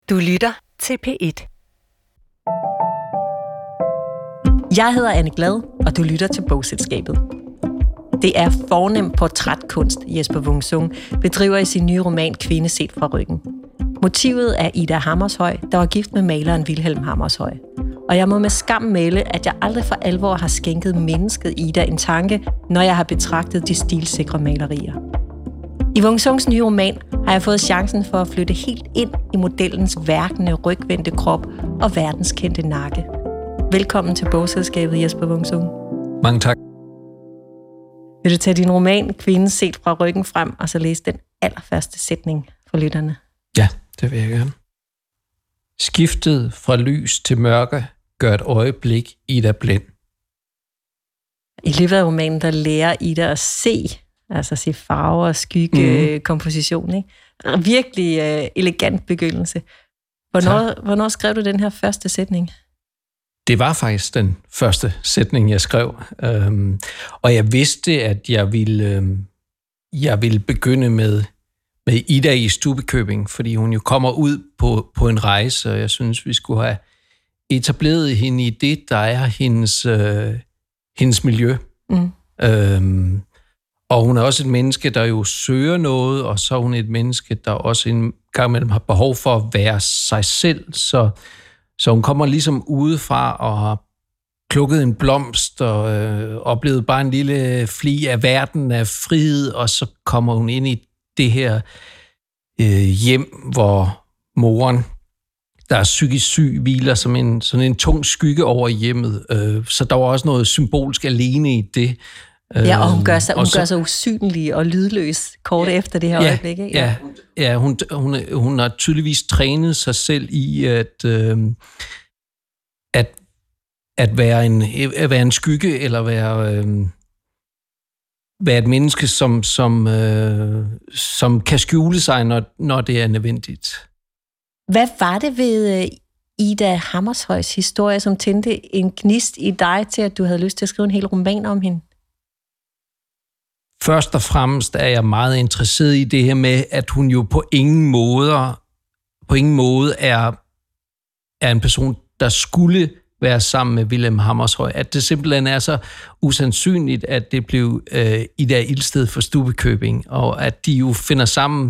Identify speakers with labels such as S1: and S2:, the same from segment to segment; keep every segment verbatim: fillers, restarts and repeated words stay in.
S1: Du lytter til P et.
S2: Jeg hedder Anne Glad, og du lytter til Bogselskabet. Det er fornem portrætkunst, Jesper Wung-Sung bedriver i sin nye roman Kvinde set fra ryggen. Motivet er Ida Hammershøi, der var gift med maleren Vilhelm Hammershøi. Og jeg må med skam melde, at jeg aldrig for alvor har skænket mennesket Ida en tanke, når jeg har betragtet de stilsikre malerier. I Wung-Sungs nye roman har jeg fået chancen for at flytte helt ind i modellens værkende, rygvendte krop og verdenskendte nakke. Velkommen til Bogselskabet, Jesper Wung-Sung.
S3: Mange tak.
S2: Vil du tage din roman Kvinde set fra ryggen frem, og så læse den allerførste sætning for lytterne?
S3: Ja, det vil jeg gerne. Skiftet fra lys til mørke gør et øjeblik Ida blind.
S2: I løbet af romanen, der lærer Ida at se, altså se farver og skygge, mm. komposition, ikke? Virkelig uh, elegant begyndelse. Hvornår, hvornår skrev du den her første sætning?
S3: Det var faktisk den første sætning, jeg skrev. Øhm, og jeg vidste, at jeg ville, øhm, jeg ville begynde med, med Ida i Stubbekøbing, fordi hun jo kommer ud på, på en rejse, og jeg synes, vi skulle have etableret hende i det, der er hendes, øh, hendes miljø. Mm. Øhm, og hun er også et menneske, der jo søger noget, og så er hun et menneske, der også en gang imellem har behov for at være sig selv, så Så hun kommer ligesom udefra og har plukket en blomst og øh, oplevet bare en lille fli af verden af frihed, og så kommer hun ind i det her øh, hjem, hvor moren, der er psykisk syg, hviler som en, sådan en tung skygge over hjemmet. Øh, så der var også noget symbolsk alene i det.
S2: Ja, og hun gør sig, hun så, gør sig usynlig og lydløs kort ja, efter det her
S3: ja,
S2: øjeblik, ikke?
S3: Ja, ja hun, hun, hun har tydeligvis trænet sig selv i at, øh, at, at, være en, at være en skygge, eller være, øh, være et menneske, som, som, øh, som kan skjule sig, når, når det er nødvendigt.
S2: Hvad var det ved Ida Hammershøis historie, som tændte en gnist i dig til, at du havde lyst til at skrive en hel roman om hende?
S3: Først og fremmest er jeg meget interesseret i det her med, at hun jo på ingen måder, på ingen måde er, er en person, der skulle være sammen med Vilhelm Hammershøi. At det simpelthen er så usandsynligt, at det blev øh, Ida Ilsted for Stubbekøbing, og at de jo finder sammen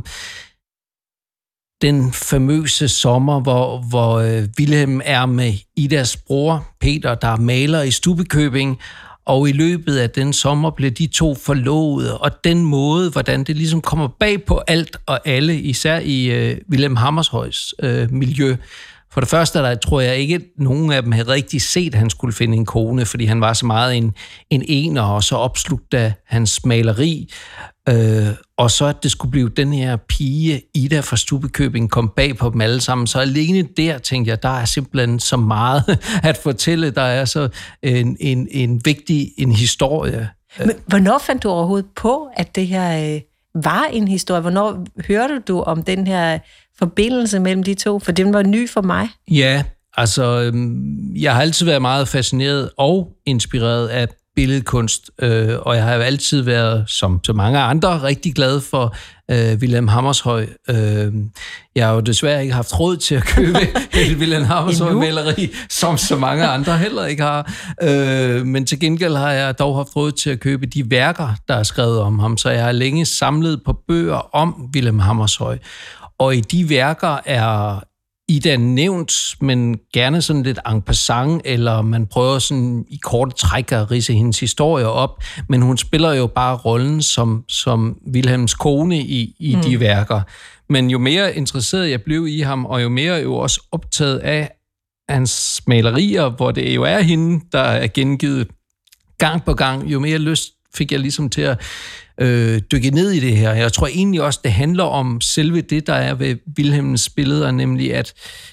S3: den famøse sommer, hvor, hvor øh, Vilhelm er med Idas bror, Peter, der er maler i Stubbekøbing, og i løbet af den sommer blev de to forlovet, og den måde, hvordan det ligesom kommer bag på alt og alle, især i øh, Vilhelm Hammershøis øh, miljø. For det første, der tror jeg ikke, at nogen af dem havde rigtig set, at han skulle finde en kone, fordi han var så meget en, en ener, og så opslugt af hans maleri. Øh, og så at det skulle blive den her pige, Ida fra Stubbekøbing, kom bag på dem alle sammen. Så alene der, tænkte jeg, der er simpelthen så meget at fortælle. Der er så en, en, en vigtig en historie.
S2: Men hvornår fandt du overhovedet på, at det her øh, var en historie? Hvornår hørte du om den her forbindelse mellem de to? For den var ny for mig.
S3: Ja, altså, øhm, jeg har altid været meget fascineret og inspireret af billedkunst, øh, og jeg har jo altid været, som så mange andre, rigtig glad for øh, Vilhelm Hammershøi. Øh, jeg har jo desværre ikke haft råd til at købe et Vilhelm Hammershøi-maleri, som så mange andre heller ikke har. Øh, men til gengæld har jeg dog haft råd til at købe de værker, der er skrevet om ham, så jeg har længe samlet på bøger om Vilhelm Hammershøi. Og i de værker er Ida nævnt, men gerne sådan lidt en passant, eller man prøver sådan i korte træk at ridse hendes historie op, men hun spiller jo bare rollen som, som Vilhelms kone i, i mm. de værker. Men jo mere interesseret jeg blev i ham, og jo mere jo også optaget af hans malerier, hvor det jo er hende, der er gengivet gang på gang, jo mere lyst fik jeg ligesom til at øh, dykke ned i det her. Jeg tror egentlig også, det handler om selve det, der er ved Vilhelms billeder, nemlig at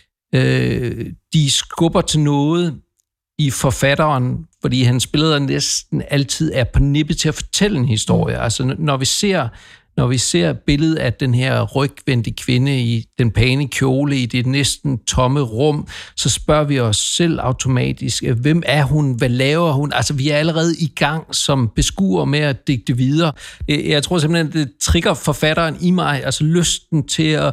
S3: øh, de skubber til noget i forfatteren, fordi hans billeder næsten altid er på nippet til at fortælle en historie. Altså når vi ser Når vi ser billedet af den her rygvendte kvinde i den pæne kjole i det næsten tomme rum, så spørger vi os selv automatisk, hvem er hun, hvad laver hun? Altså, vi er allerede i gang som beskuer med at digte videre. Jeg tror simpelthen, det trigger forfatteren i mig, altså lysten til at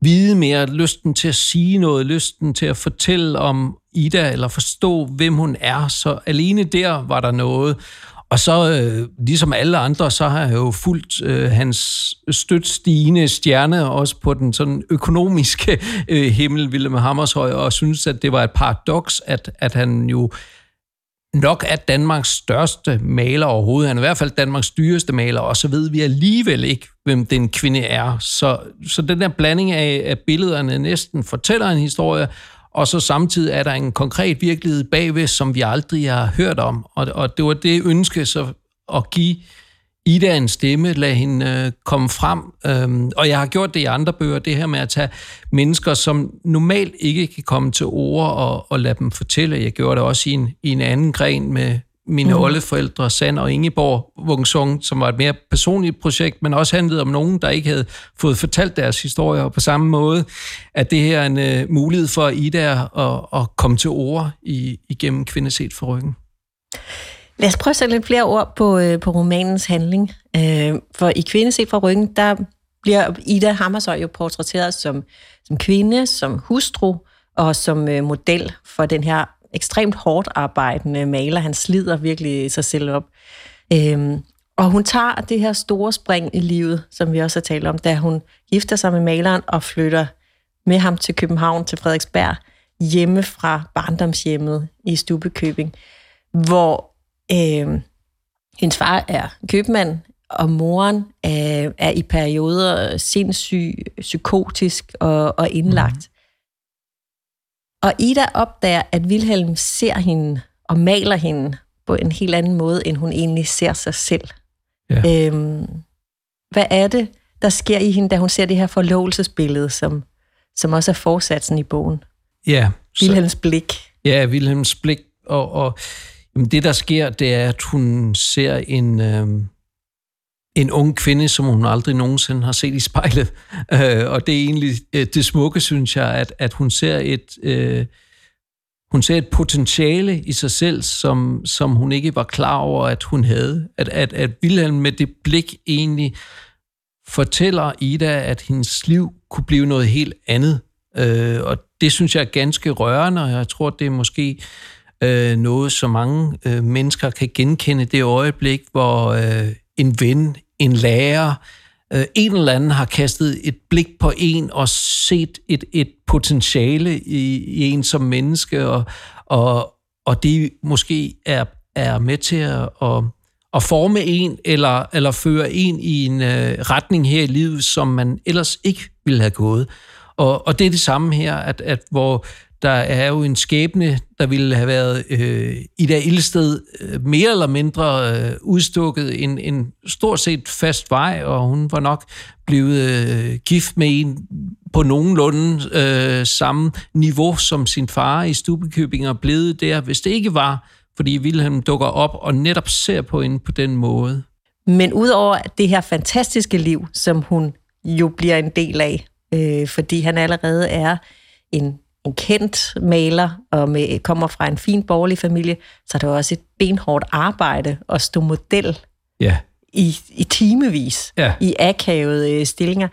S3: vide mere, lysten til at sige noget, lysten til at fortælle om Ida, eller forstå, hvem hun er. Så alene der var der noget. Og så, øh, ligesom alle andre, så har jeg jo fulgt øh, hans stødt stigende stjerne, også på den sådan økonomiske øh, himmel, Wilhelm Hammershøi, og synes, at det var et paradoks, at, at han jo nok er Danmarks største maler overhovedet. Han er i hvert fald Danmarks dyreste maler, og så ved vi alligevel ikke, hvem den kvinde er. Så, så den der blanding af, af billederne næsten fortæller en historie, og så samtidig er der en konkret virkelighed bagved, som vi aldrig har hørt om. Og, og det var det ønske så at give Ida en stemme, lade hende øh, komme frem. Øhm, og jeg har gjort det i andre bøger, det her med at tage mennesker, som normalt ikke kan komme til ord og, og lade dem fortælle. Jeg gjorde det også i en, i en anden gren med mine mm. oldeforældre, Sand og Ingeborg Wung-Sung, som var et mere personligt projekt, men også handlede om nogen, der ikke havde fået fortalt deres historier. Og på samme måde at det her er en uh, mulighed for Ida at, at komme til ord i, igennem Kvinde set fra ryggen.
S2: Lad os prøve at sætte lidt flere ord på, øh, på romanens handling. Øh, for i Kvinde set fra ryggen, der bliver Ida Hammershøi jo portrætteret som, som kvinde, som hustru og som øh, model for den her ekstremt hårdt arbejdende maler. Han slider virkelig sig selv op. Øhm, og hun tager det her store spring i livet, som vi også har talt om, da hun gifter sig med maleren og flytter med ham til København, til Frederiksberg, hjemme fra barndomshjemmet i Stubbekøbing, hvor øh, hendes far er købmand, og moren er, er i perioder sindssyg, psykotisk og, og indlagt. Mm. Og Ida opdager, at Wilhelm ser hende og maler hende på en helt anden måde, end hun egentlig ser sig selv. Ja. Øhm, hvad er det, der sker i hende, da hun ser det her forlovelsesbillede, som, som også er forsatsen i bogen?
S3: Ja.
S2: Wilhelms blik.
S3: Ja, Wilhelms blik. Og, og jamen, det, der sker, det er, at hun ser en... Øhm En ung kvinde, som hun aldrig nogensinde har set i spejlet. Øh, og det er egentlig øh, det smukke, synes jeg, at, at hun ser et øh, hun ser et potentiale i sig selv, som, som hun ikke var klar over, at hun havde. At, at, at Wilhelm med det blik egentlig fortæller Ida, at hendes liv kunne blive noget helt andet. Øh, og det synes jeg er ganske rørende, og jeg tror, det er måske øh, noget, så mange øh, mennesker kan genkende det øjeblik, hvor øh, en ven, en lærer, øh, en eller anden har kastet et blik på en og set et, et potentiale i, i en som menneske, og, og, og det måske er, er med til at, at, at forme en, eller, eller føre en i en øh, retning her i livet, som man ellers ikke ville have gået. Og, og det er det samme her, at, at hvor der er jo en skæbne, der ville have været øh, Ida Ilsted øh, mere eller mindre øh, udstukket en, en stort set fast vej, og hun var nok blevet øh, gift med en på nogenlunde øh, samme niveau som sin far i Stubbekøbing og blevet der, hvis det ikke var, fordi Wilhelm dukker op og netop ser på hende på den måde.
S2: Men udover det her fantastiske liv, som hun jo bliver en del af, øh, fordi han allerede er en en kendt maler og med, kommer fra en fin borgerlig familie, så er det også et benhårdt arbejde at stå model
S3: ja.
S2: i, i timevis, ja. i akavede stillinger.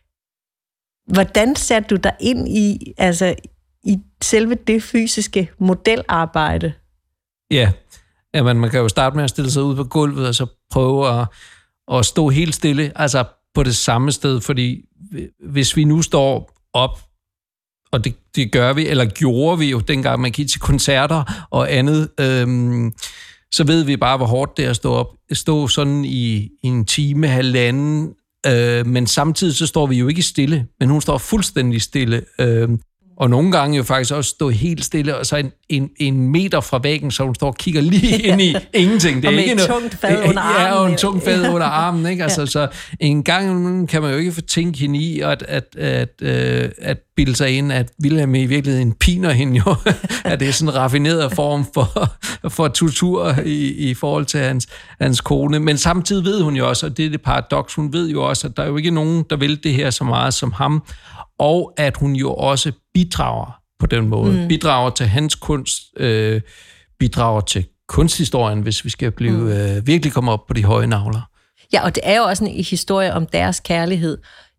S2: Hvordan satte du dig ind i, altså, i selve det fysiske modelarbejde?
S3: Ja, Jamen, man kan jo starte med at stille sig ud på gulvet og så prøve at, at stå helt stille, altså på det samme sted, fordi hvis vi nu står op, og det, det gør vi, eller gjorde vi jo, dengang man gik til koncerter og andet, øhm, så ved vi bare, hvor hårdt det er at stå op. Stå sådan i, i en time, halvanden, øh, men samtidig så står vi jo ikke stille, men hun står fuldstændig stille. Øh, og nogle gange jo faktisk også stå helt stille, og så en, en, en meter fra væggen, så hun står og kigger lige ind i ingenting. Det er
S2: og med
S3: ikke
S2: et
S3: noget,
S2: tungt fad under armen.
S3: Ja, og en tung fad under armen. Ikke? Altså, så en gang kan man jo ikke få tænkt hende i, at, at, at, at, at bilde sig ind, at Wilhelm i virkeligheden piner hende jo, at det er sådan en raffineret form for, for tortur i, i forhold til hans, hans kone. Men samtidig ved hun jo også, og det er det paradoks, hun ved jo også, at der er jo ikke nogen, der vil det her så meget som ham, og at hun jo også bidrager på den måde. Mm. Bidrager til hans kunst, øh, bidrager til kunsthistorien, hvis vi skal blive mm. øh, virkelig komme op på de høje nagler.
S2: Ja, og det er jo også en historie om deres kærlighed.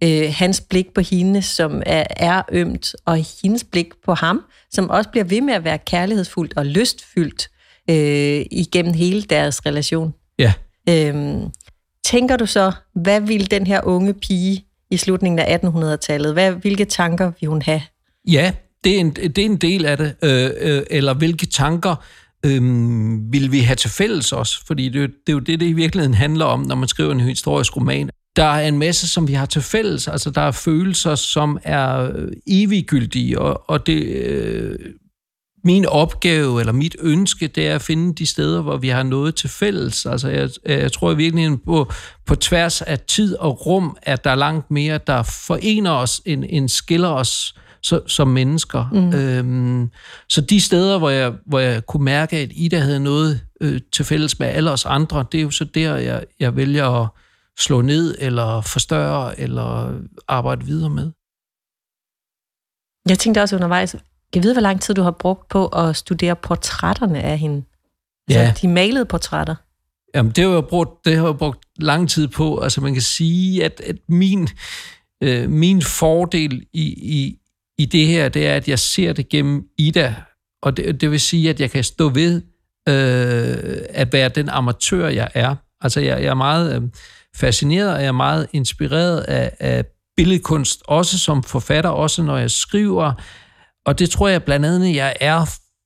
S2: Øh, hans blik på hende, som er, er ømt, og hendes blik på ham, som også bliver ved med at være kærlighedsfuldt og lystfyldt øh, igennem hele deres relation.
S3: Ja.
S2: Øhm, tænker du så, hvad ville den her unge pige i slutningen af attenhundredetallet, hvad, hvilke tanker vil hun have?
S3: Ja, det er en, det er en del af det. Øh, øh, eller hvilke tanker øh, vil vi have til fælles også? Fordi det, det er jo det, det i virkeligheden handler om, når man skriver en historisk roman. Der er en masse, som vi har til fælles. Altså, der er følelser, som er eviggyldige, og, og det, øh, min opgave, eller mit ønske, det er at finde de steder, hvor vi har noget til fælles. Altså, jeg, jeg tror i virkeligheden på, på tværs af tid og rum, at der er langt mere, der forener os, end, end skiller os så, som mennesker. Mm. Øhm, så de steder, hvor jeg, hvor jeg kunne mærke, at Ida havde noget øh, til fælles med alle os andre, det er jo så der, jeg, jeg vælger at slå ned, eller forstørre, eller arbejde videre med.
S2: Jeg tænkte også undervejs, jeg ved, hvor lang tid du har brugt på at studere portrætterne af hende. Altså, ja. De malede portrætter.
S3: Jamen, det har jeg brugt, det har jeg brugt lang tid på. Altså, man kan sige, at, at min, øh, min fordel i, i, i det her, det er, at jeg ser det gennem Ida. Og det, det vil sige, at jeg kan stå ved øh, at være den amatør, jeg er. Altså, jeg, jeg er meget øh, fascineret, og jeg er meget inspireret af, af billedkunst, også som forfatter, også når jeg skriver. Og det tror jeg blandt andet, jeg er,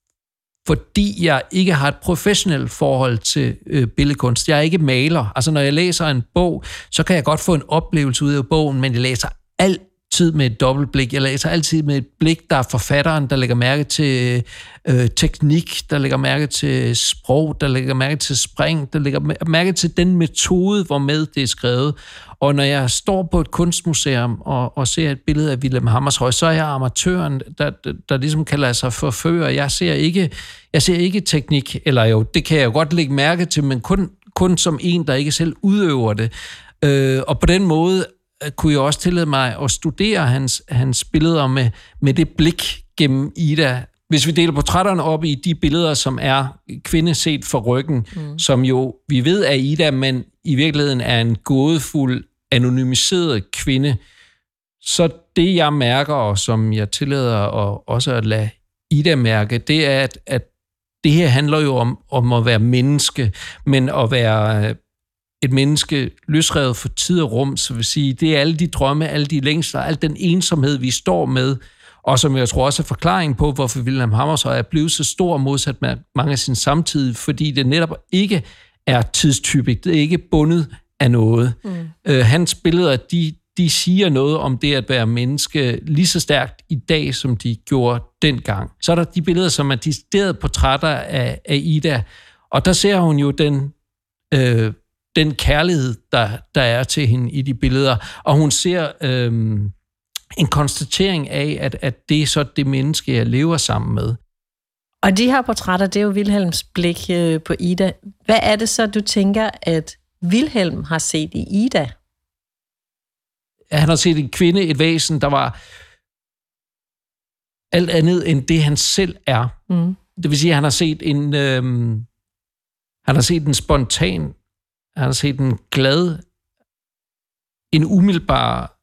S3: fordi jeg ikke har et professionelt forhold til øh, billedkunst. Jeg er ikke maler. Altså, når jeg læser en bog, så kan jeg godt få en oplevelse ud af bogen, men jeg læser altid med et dobbeltblik. Jeg læser altid med et blik, der er forfatteren, der lægger mærke til øh, teknik, der lægger mærke til sprog, der lægger mærke til spring, der lægger mærke til den metode, hvormed det er skrevet. Og når jeg står på et kunstmuseum og, og ser et billede af Vilhelm Hammershøi, så er jeg amatøren, der, der, der ligesom kalder sig forfører. Jeg ser ikke, jeg ser ikke teknik, eller jo, det kan jeg jo godt lægge mærke til, men kun, kun som en, der ikke selv udøver det. Øh, og på den måde kunne jeg også tillade mig at studere hans, hans billeder med, med det blik gennem Ida. Hvis vi deler portrætterne op i de billeder, som er kvinde set for ryggen, mm. som jo vi ved er Ida, men i virkeligheden er en gådefuld, anonymiseret kvinde, så det jeg mærker, og som jeg tillader at, også at lade Ida mærke, det er, at, at det her handler jo om, om at være menneske, men at være et menneske løsrevet for tid og rum, så vil sige, det er alle de drømme, alle de længsler, al den ensomhed, vi står med, og som jeg tror også er forklaring på, hvorfor Vilhelm Hammershøi er blevet så stor modsat med mange af sine samtidige, fordi det netop ikke er tidstypisk, det er ikke bundet af noget. Mm. Øh, hans billeder, de, de siger noget om det at være menneske lige så stærkt i dag, som de gjorde dengang. Så er der de billeder, som er deciderede portrætter af, af Ida, og der ser hun jo den, øh, den kærlighed, der, der er til hende i de billeder, og hun ser øh, en konstatering af, at, at det er så det menneske, jeg lever sammen med.
S2: Og de her portrætter, det er jo Vilhelms blik øh, på Ida. Hvad er det så, du tænker, at Vilhelm har set i Ida?
S3: Han har set en kvinde, et væsen, der var alt andet end det, han selv er. Mm. Det vil sige, at han har set en, øh, han har set en spontan, han har set en glad, en umiddelbar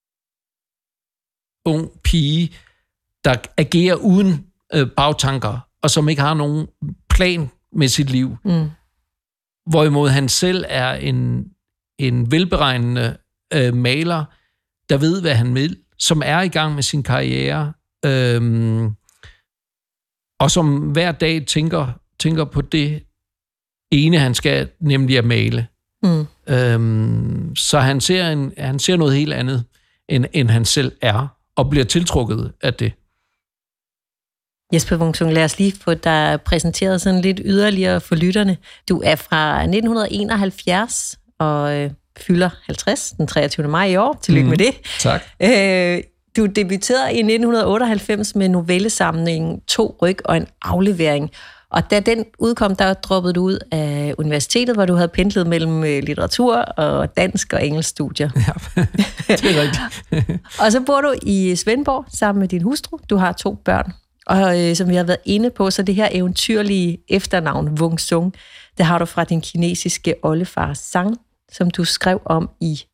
S3: ung pige, der agerer uden øh, bagtanker, og som ikke har nogen plan med sit liv. Mm. Hvorimod han selv er en, en velberegnende øh, maler, der ved, hvad han vil, som er i gang med sin karriere, øh, og som hver dag tænker, tænker på det ene, han skal, nemlig at male. Mm. Øh, så han ser, en, han ser noget helt andet, end, end han selv er, og bliver tiltrukket af det.
S2: Jesper Wung-Sung, lad os lige få dig præsenteret sådan lidt yderligere for lytterne. Du er fra nitten enoghalvfjerds og øh, fylder halvtreds den treogtyvende maj i år. Tillykke mm, med det.
S3: Tak.
S2: Øh, du debuterede i nitten otteoghalvfems med novellesamlingen To ryg og en aflevering. Og da den udkom, der droppede du ud af universitetet, hvor du havde pendlet mellem litteratur og dansk og engelsk studier.
S3: Ja, det er rigtigt.
S2: Og så bor du i Svendborg sammen med din hustru. Du har to børn. Og øh, som vi har været inde på, så det her eventyrlige efternavn, Wung-Sung, det har du fra din kinesiske oldefars sang, som du skrev om i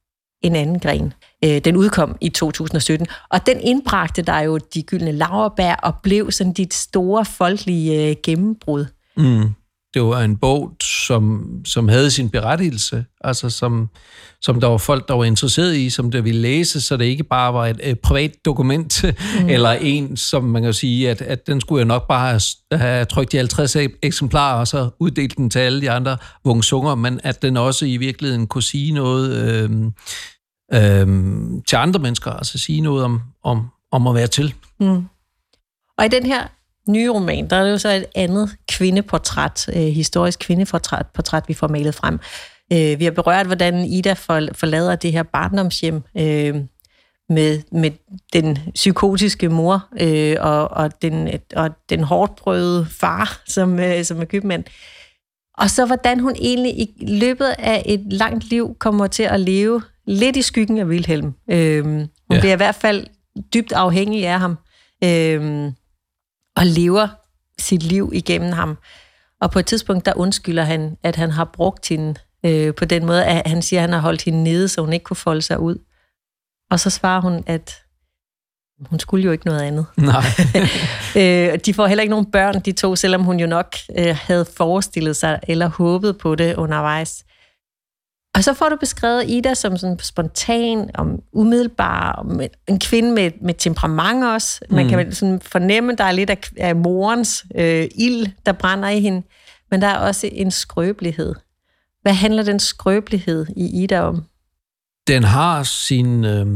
S2: en anden gren. Øh, den udkom i to tusind og sytten, og den indbragte der jo De Gyldne Laurbær og blev sådan dit store folkelige øh, gennembrud.
S3: Mm. Det var en bog, som, som havde sin berettigelse, altså som, som der var folk, der var interesseret i, som der ville læse, så det ikke bare var et, et privat dokument, mm. eller en, som man kan sige, at, at den skulle jeg nok bare have, have trykt i halvtreds eksemplarer, og så uddelt den til alle de andre Vungsunger, men at den også i virkeligheden kunne sige noget øh, øh, til andre mennesker, altså sige noget om, om, om at være til.
S2: Mm. Og i den her nye roman, der er jo så et andet kvindeportræt, øh, historisk kvindeportræt, portræt, vi får malet frem. Øh, vi har berørt, hvordan Ida forlader det her barndomshjem øh, med, med den psykotiske mor øh, og, og, den, og den hårdtprøvede far, som, øh, som er købmand. Og så hvordan hun egentlig i løbet af et langt liv kommer til at leve lidt i skyggen af Wilhelm. Øh, hun ja. bliver i hvert fald dybt afhængig af ham. Øh, og lever sit liv igennem ham. Og på et tidspunkt, der undskylder han, at han har brugt hende øh, på den måde, at han siger, at han har holdt hende nede, så hun ikke kunne folde sig ud. Og så svarer hun, at hun skulle jo ikke noget andet.
S3: Nej.
S2: øh, de får heller ikke nogen børn, de to, selvom hun jo nok øh, havde forestillet sig, eller håbet på det undervejs. Og så får du beskrevet Ida som sådan spontan, om umiddelbar, en kvinde med, med temperament også. Man mm. kan sådan fornemme, der er lidt af, af morens øh, ild, der brænder i hende. Men der er også en skrøbelighed. Hvad handler den skrøbelighed i Ida om?
S3: Den har sin, øh,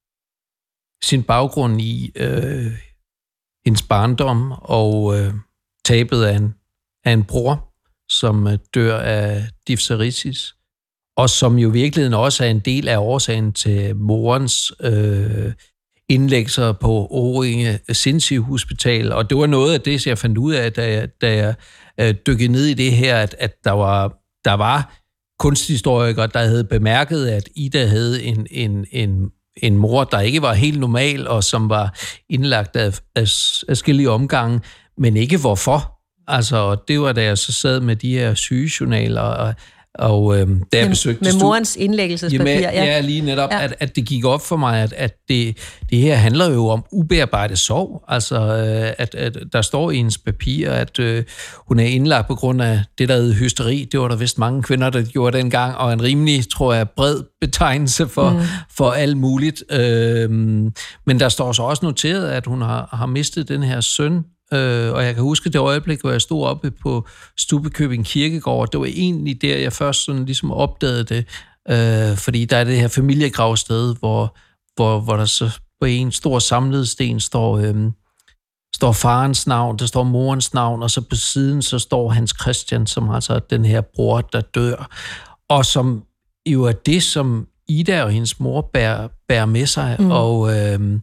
S3: sin baggrund i øh, hendes barndom og øh, tabet af en, af en bror, som øh, dør af diphtheritis. Og som jo i virkeligheden også er en del af årsagen til morens øh, indlæggelser på Åringe Sindssygehospital. Og det var noget af det, jeg fandt ud af, da jeg, da jeg øh, dykkede ned i det her, at, at der var, der var kunsthistorikere, der havde bemærket, at Ida havde en, en, en, en mor, der ikke var helt normal, og som var indlagt af forskellige omgange, men ikke hvorfor. Altså, og det var da jeg så sad med de her sygejournaler, og Og øh, da jeg besøgte...
S2: Med morens indlæggelsespapir,
S3: ja.
S2: ja.
S3: Ja, lige netop, ja. At, at det gik op for mig, at, at det, det her handler jo om ubearbejdet sorg. Altså, øh, at, at der står i hendes papir, at øh, hun er indlagt på grund af det, der hed hysteri. Det var der vist mange kvinder, der gjorde dengang, og en rimelig, tror jeg, bred betegnelse for, mm. for alt muligt. Øh, men der står så også noteret, at hun har, har mistet den her søn, Øh, og jeg kan huske det øjeblik, hvor jeg stod oppe på Stubbekøbing Kirkegård. Det var egentlig der, jeg først sådan ligesom opdagede det. Øh, fordi der er det her familiegravsted, hvor, hvor, hvor der så på en stor samlet sten står, øh, står farens navn, der står morens navn, og så på siden så står Hans Christian, som altså den her bror, der dør. Og som jo er det, som Ida og hendes mor bærer, bærer med sig, mm. og øh,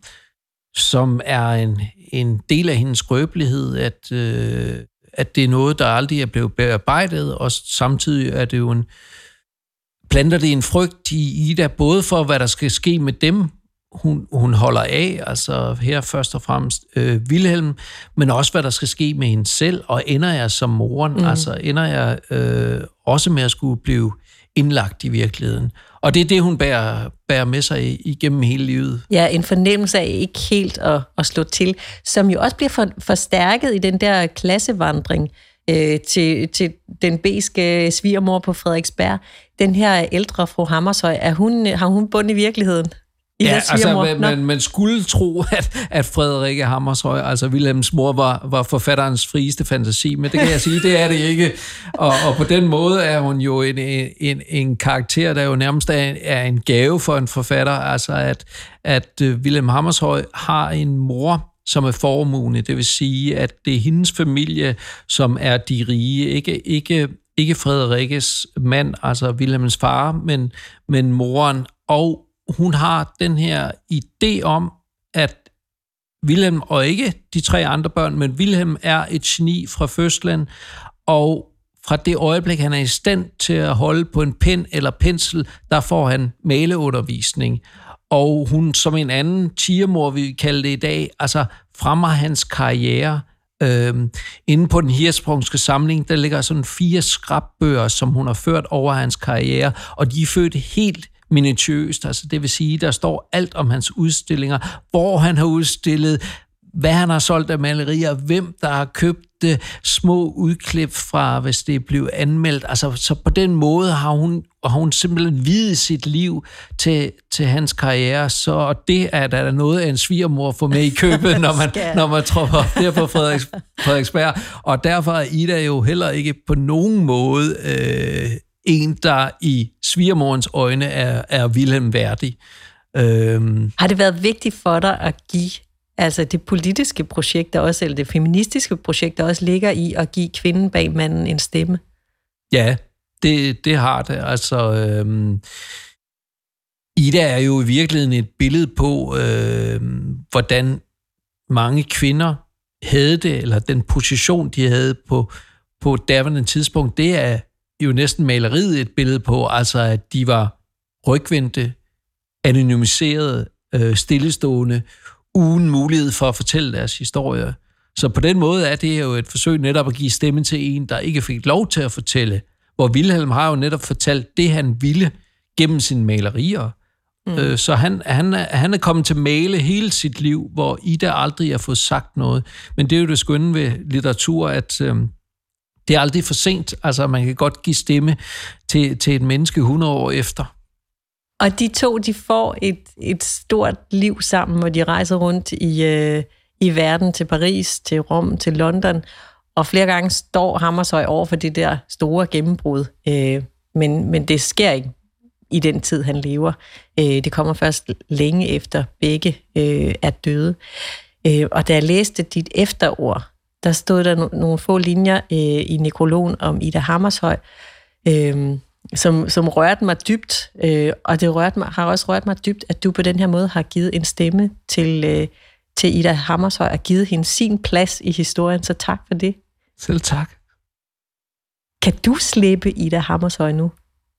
S3: som er en en del af hendes skrøbelighed, at, øh, at det er noget, der aldrig er blevet bearbejdet, og samtidig er det jo en, planter det en frygt i Ida, både for, hvad der skal ske med dem, hun, hun holder af, altså her først og fremmest øh, Wilhelm, men også, hvad der skal ske med hende selv, og ender jeg som moren, mm. altså ender jeg øh, også med at skulle blive indlagt i virkeligheden. Og det er det, hun bærer, bærer med sig igennem hele livet. Ja, en fornemmelse af ikke helt at, at slå til, som jo også bliver for, forstærket i den der klassevandring øh, til, til den beske svigermor på Frederiksberg. Den her ældre fru Hammershøi, er hun, har hun bund i virkeligheden? I ja, altså, man, man, man skulle tro, at, at Frederikke Hammershøi, altså Wilhelms mor, var, var forfatterens frieste fantasi, men det kan jeg sige, det er det ikke. Og, og på den måde er hun jo en, en, en karakter, der jo nærmest er en, er en gave for en forfatter, altså at, at Wilhelm Hammershøi har en mor, som er formuende, det vil sige, at det er hendes familie, som er de rige, ikke, ikke, ikke Frederikkes mand, altså Wilhelms far, men, men moren, og hun har den her idé om, at Wilhelm, og ikke de tre andre børn, men Wilhelm er et geni fra fødslen, og fra det øjeblik, han er i stand til at holde på en pen eller pensel, der får han maleundervisning. Og hun, som en anden tigermor, vi kalder det i dag, altså fremmer hans karriere. Øhm, inde på den Hirschsprungske samling, der ligger sådan fire skrabbøger, som hun har ført over hans karriere, og de er født helt minutiøst. Altså det vil sige, der står alt om hans udstillinger, hvor han har udstillet, hvad han har solgt af malerier, hvem der har købt det, små udklip fra, hvis det blev anmeldt. Altså, så på den måde har hun, har hun simpelthen videt sit liv til, til hans karriere, så det er der noget af en svigermor for med i købet, når man, når man tropper der på Frederiks, Frederiksberg. Og derfor er Ida jo heller ikke på nogen måde øh, en, der i svigermorens øjne er, er Vilhelm værdig. Øhm.
S2: Har det været vigtigt for dig at give altså det politiske projekt, der også, eller det feministiske projekt, der også ligger i at give kvinden bag manden en stemme?
S3: Ja, det, det har det. Altså, øhm, Ida er jo i virkeligheden et billede på, øhm, hvordan mange kvinder havde det, eller den position, de havde på, på daværende tidspunkt. Det er jo næsten maleriet et billede på, altså at de var rygvendte, anonymiserede, øh, stillestående, uden mulighed for at fortælle deres historie. Så på den måde er det jo et forsøg netop at give stemme til en, der ikke fik lov til at fortælle. Hvor Vilhelm har jo netop fortalt det, han ville gennem sine malerier. Mm. Så han, han, han er kommet til male hele sit liv, hvor Ida aldrig har fået sagt noget. Men det er jo det skønne ved litteratur, at øh, det er aldrig for sent. Altså man kan godt give stemme til, til et menneske hundrede år efter.
S2: Og de to, de får et, et stort liv sammen, hvor de rejser rundt i, øh, i verden, til Paris, til Rom, til London, og flere gange står Hammershøi over for det der store gennembrud. Øh, men, men det sker ikke i den tid, han lever. Øh, det kommer først længe efter begge øh, er døde. Øh, og da jeg læste dit efterord, der stod der no- nogle få linjer øh, i nekrologen om Ida Hammershøi, øh, Som, som rørte mig dybt, øh, og det rørte mig, har også rørt mig dybt, at du på den her måde har givet en stemme til, øh, til Ida Hammershøi og givet hende sin plads i historien, så tak for det.
S3: Selv tak.
S2: Kan du slippe Ida Hammershøi nu?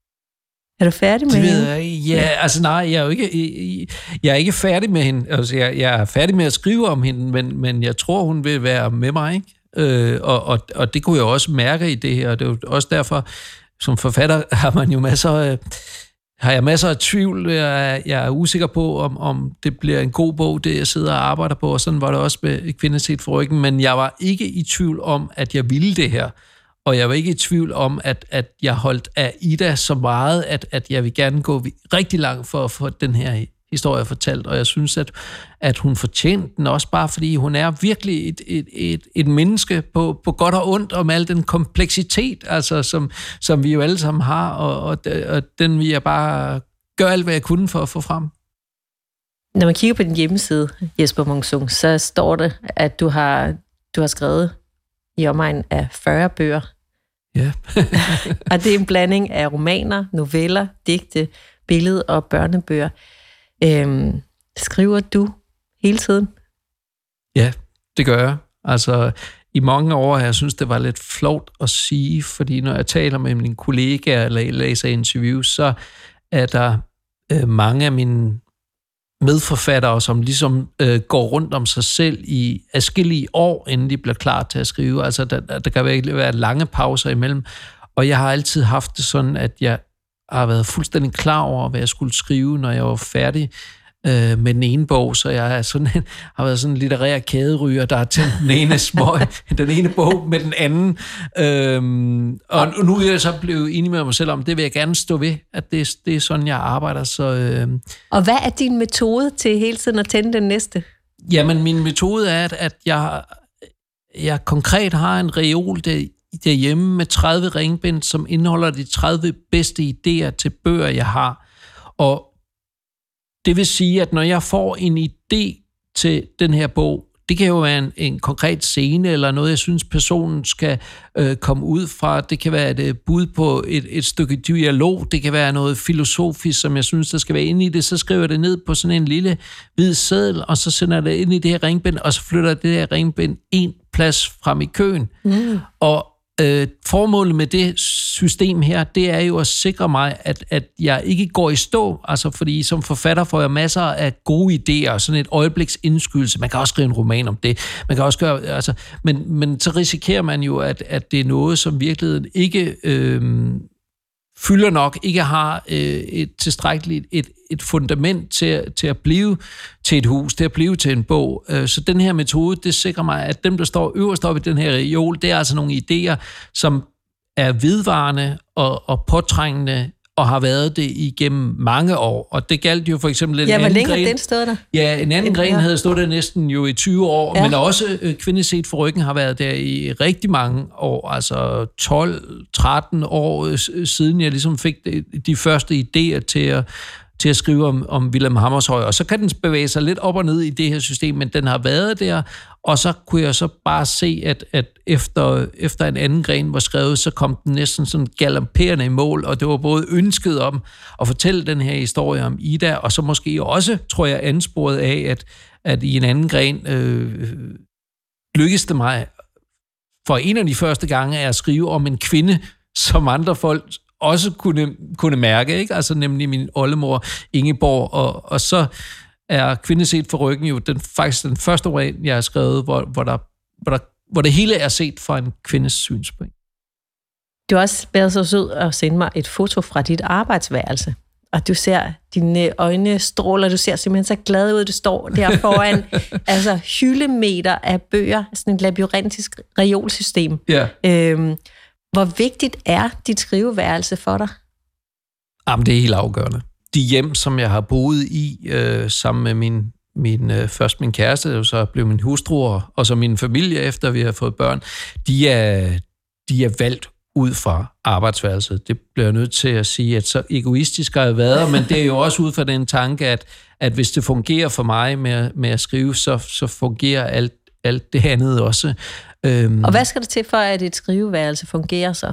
S2: Er du færdig med
S3: det
S2: hende?
S3: Ved jeg, ja, altså nej, jeg er jo ikke, jeg er ikke færdig med hende. Altså, jeg, jeg er færdig med at skrive om hende, men, men jeg tror, hun vil være med mig, ikke? Øh, og, og, og det kunne jeg også mærke i det her, og det er jo også derfor, som forfatter har man jo masser af, har jeg masser af tvivl. Jeg er, jeg er usikker på, om, om det bliver en god bog, det jeg sidder og arbejder på, og sådan var det også med Kvinden set fra ryggen, men jeg var ikke i tvivl om, at jeg ville det her, og jeg var ikke i tvivl om, at, at jeg holdt af Ida så meget, at, at jeg vil gerne gå rigtig langt for at få den her historie fortalt, og jeg synes, at, at hun fortjente den også bare, fordi hun er virkelig et, et, et, et menneske på, på godt og ondt, og med al den kompleksitet, altså, som, som vi jo alle sammen har, og, og, og den vil jeg bare gøre alt, hvad jeg kunne for at få frem.
S2: Når man kigger på din hjemmeside, Jesper Wung-Sung, så står det, at du har, du har skrevet i omegn af fyrre bøger.
S3: Ja.
S2: Og det er en blanding af romaner, noveller, digte, billede- og børnebøger. Øhm, skriver du hele tiden?
S3: Ja, det gør jeg. Altså, i mange år har jeg synes det var lidt flovt at sige, fordi når jeg taler med mine kollegaer eller læser interviews, så er der øh, mange af mine medforfattere, som ligesom øh, går rundt om sig selv i adskillige år, inden de bliver klar til at skrive. Altså, der, der kan virkelig være lange pauser imellem. Og jeg har altid haft det sådan, at jeg har været fuldstændig klar over, hvad jeg skulle skrive, når jeg var færdig øh, med den ene bog. Så jeg er sådan en, har været sådan en litterær kæderyger, der har tændt den ene smøg, den ene bog med den anden. Øhm, og nu er jeg så blevet enig med mig selv om, det vil jeg gerne stå ved, at det, det er sådan, jeg arbejder. Så, øh,
S2: og hvad er din metode til hele tiden at tænde den næste?
S3: Jamen, min metode er, at, at jeg, jeg konkret har en reol, der derhjemme med tredive ringbind, som indeholder de tredive bedste idéer til bøger, jeg har. Og det vil sige, at når jeg får en idé til den her bog, det kan jo være en, en konkret scene, eller noget, jeg synes, personen skal øh, komme ud fra. Det kan være et bud på et, et stykke dialog. Det kan være noget filosofisk, som jeg synes, der skal være inde i det. Så skriver jeg det ned på sådan en lille hvid seddel, og så sender jeg det ind i det her ringbind, og så flytter jeg det her ringbind en plads frem i køen. Mm. Og øh, formålet med det system her, det er jo at sikre mig, at, at jeg ikke går i stå, altså fordi som forfatter får jeg masser af gode idéer, sådan et øjebliks indskydelse. Man kan også skrive en roman om det. Man kan også gøre, altså, men, men så risikerer man jo, at, at det er noget, som virkeligheden ikke øh, fylder nok, ikke har øh, et tilstrækkeligt et, et fundament til, til at blive til et hus, til at blive til en bog. Øh, så den her metode, det sikrer mig, at dem, der står øverst oppe i den her reol, det er altså nogle idéer, som er vedvarende og, og påtrængende, og har været det igennem mange år. Og det galt jo for eksempel en
S2: ja,
S3: anden
S2: gren... Ja, hvor længe
S3: den
S2: stod der?
S3: Ja, en anden en, gren ja. havde stået der næsten jo i tyve år, ja. men også øh, Kvinde set fra ryggen har været der i rigtig mange år, altså tolv tretten år øh, siden jeg ligesom fik de, de første idéer til at, til at skrive om, om Wilhelm Hammershøi. Og så kan den bevæge sig lidt op og ned i det her system, men den har været der, og så kunne jeg så bare se, at, at efter, efter en anden gren var skrevet, så kom den næsten sådan galopperende i mål, og det var både ønsket om at fortælle den her historie om Ida, og så måske også, tror jeg, ansporet af, at, at i en anden gren øh, lykkedes det mig for en af de første gange at skrive om en kvinde, som andre folk også kunne, kunne mærke, ikke? Altså nemlig min oldemor Ingeborg, og, og så er Kvinde set fra ryggen jo den, faktisk den første roman, jeg har skrevet, hvor, hvor, der, hvor, der, hvor det hele er set fra en kvindes synspunkt.
S2: Du har også været så sød at sende mig et foto fra dit arbejdsværelse, og du ser, dine øjne stråler, du ser simpelthen så glad ud, du står der foran altså hyldemeter af bøger, sådan et labyrintisk reolsystem.
S3: Ja.
S2: Øhm, hvor vigtigt er dit skriveværelse for dig?
S3: Jamen, det er helt afgørende. De hjem, som jeg har boet i, øh, sammen med min, min øh, først min kæreste, og så blev min hustru, og, og så min familie, efter vi har fået børn, de er, de er valgt ud fra arbejdsværelset. Det bliver jeg nødt til at sige, at så egoistisk har jeg været, men det er jo også ud fra den tanke, at, at hvis det fungerer for mig med, med at skrive, så, så fungerer alt, alt det andet også. Øhm,
S2: og hvad skal det til for, at et skriveværelse fungerer så?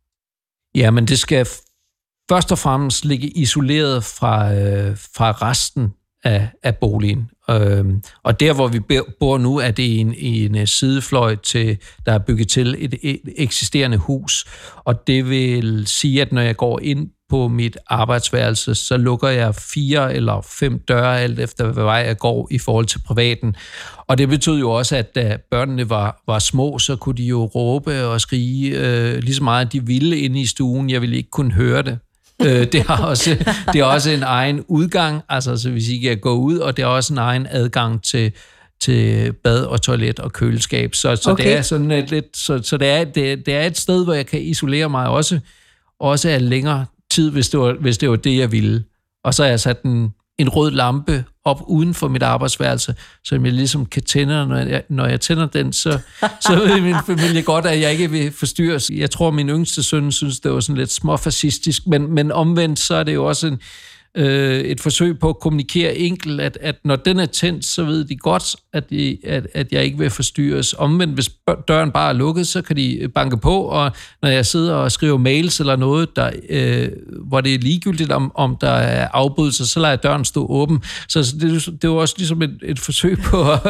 S3: Jamen, det skal først og fremmest ligge isoleret fra, øh, fra resten af, af boligen. Øhm, og der, hvor vi bor nu, er det i en, i en sidefløj, til, der er bygget til et, et eksisterende hus. Og det vil sige, at når jeg går ind på mit arbejdsværelse, så lukker jeg fire eller fem døre, alt efter hvad vej jeg går i forhold til privaten. Og det betød jo også, at da børnene var, var små, så kunne de jo råbe og skrige øh, lige så meget, de ville inde i stuen. Jeg ville ikke kunne høre det. øh, det, har også, det er også en egen udgang, altså så hvis I kan gå ud, og det er også en egen adgang til, til bad og toilet og køleskab. Så, så okay. det er sådan et lidt, så, så det, er, det, det er et sted, hvor jeg kan isolere mig også, også af længere tid, hvis det, var, hvis det var det, jeg ville. Og så har jeg sat en, en rød lampe op uden for mit arbejdsværelse, så jeg ligesom kan tænde, når jeg, når jeg tænder den, så, så ved min familie godt, at jeg ikke vil forstyrres. Jeg tror, min yngste søn synes, det var sådan lidt småfascistisk, men, men omvendt, så er det jo også en, øh, et forsøg på at kommunikere enkelt, at, at når den er tændt, så ved de godt, at, de, at, at jeg ikke vil forstyrres. Omvendt, hvis døren bare er lukket, så kan de banke på, og når jeg sidder og skriver mails eller noget, der, øh, hvor det er ligegyldigt, om, om der er afbrydelser, så lader jeg døren stå åben. Så det, det var også ligesom et, et forsøg på at,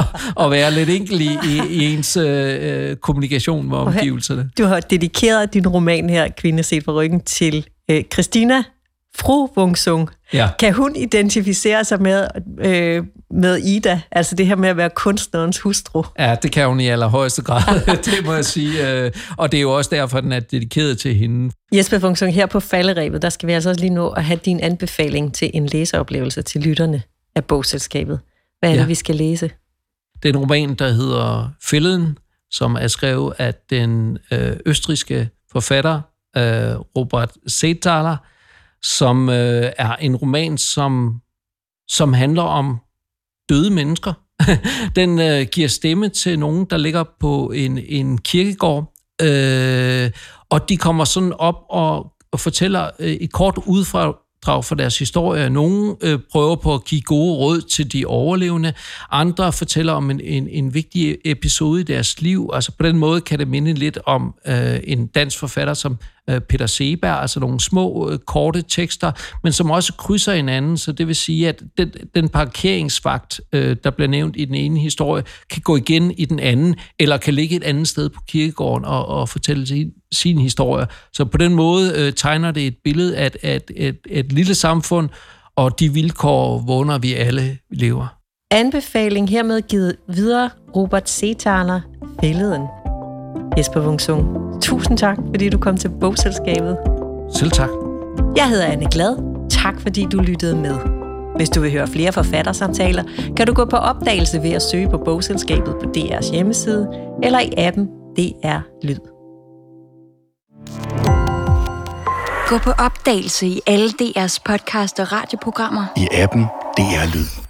S3: at være lidt enkel i, i, i ens øh, kommunikation med omgivelserne.
S2: Du har dedikeret din roman her, Kvinde set fra ryggen, til øh, Christina Fru Wung-Sung.
S3: Ja.
S2: Kan hun identificere sig med, øh, med Ida? Altså det her med at være kunstnerens hustru?
S3: Ja, det kan hun i allerhøjeste grad, det må jeg sige. Og det er jo også derfor, den er dedikeret til hende.
S2: Jesper Wung-Sung, her på falderebet, der skal vi altså også lige nå at have din anbefaling til en læseoplevelse til lytterne af Bogselskabet. Hvad er det, ja. vi skal læse?
S3: Det er en roman, der hedder Fælden, som er skrevet af den øh, østrigske forfatter øh, Robert Seethaler, som øh, er en roman, som, som handler om døde mennesker. Den øh, giver stemme til nogen, der ligger på en, en kirkegård, øh, og de kommer sådan op og, og fortæller øh, et kort uddrag for deres historie. Nogle øh, prøver på at give gode råd til de overlevende. Andre fortæller om en, en, en vigtig episode i deres liv. Altså på den måde kan det minde lidt om øh, en dansk forfatter som øh, Peter Seeberg, altså nogle små, øh, korte tekster, men som også krydser hinanden. Så det vil sige, at den, den parkeringsvagt, øh, der bliver nævnt i den ene historie, kan gå igen i den anden, eller kan ligge et andet sted på kirkegården og, og fortælle sin, sin historie. Så på den måde øh, tegner det et billede af et, et, et, et lille samfund, og de vilkår, hvorunder vi alle lever.
S2: Anbefaling hermed givet videre. Robert Seethaler, Fælden. Jesper Wung-Sung, tusind tak, fordi du kom til Bogselskabet.
S3: Selv tak.
S2: Jeg hedder Anne Glad. Tak fordi du lyttede med. Hvis du vil høre flere forfattersamtaler, kan du gå på opdagelse ved at søge på Bogselskabet på D R's hjemmeside eller i appen D R Lyd.
S1: Gå på opdagelse i alle D R's podcast og radioprogrammer.
S4: I appen D R Lyd.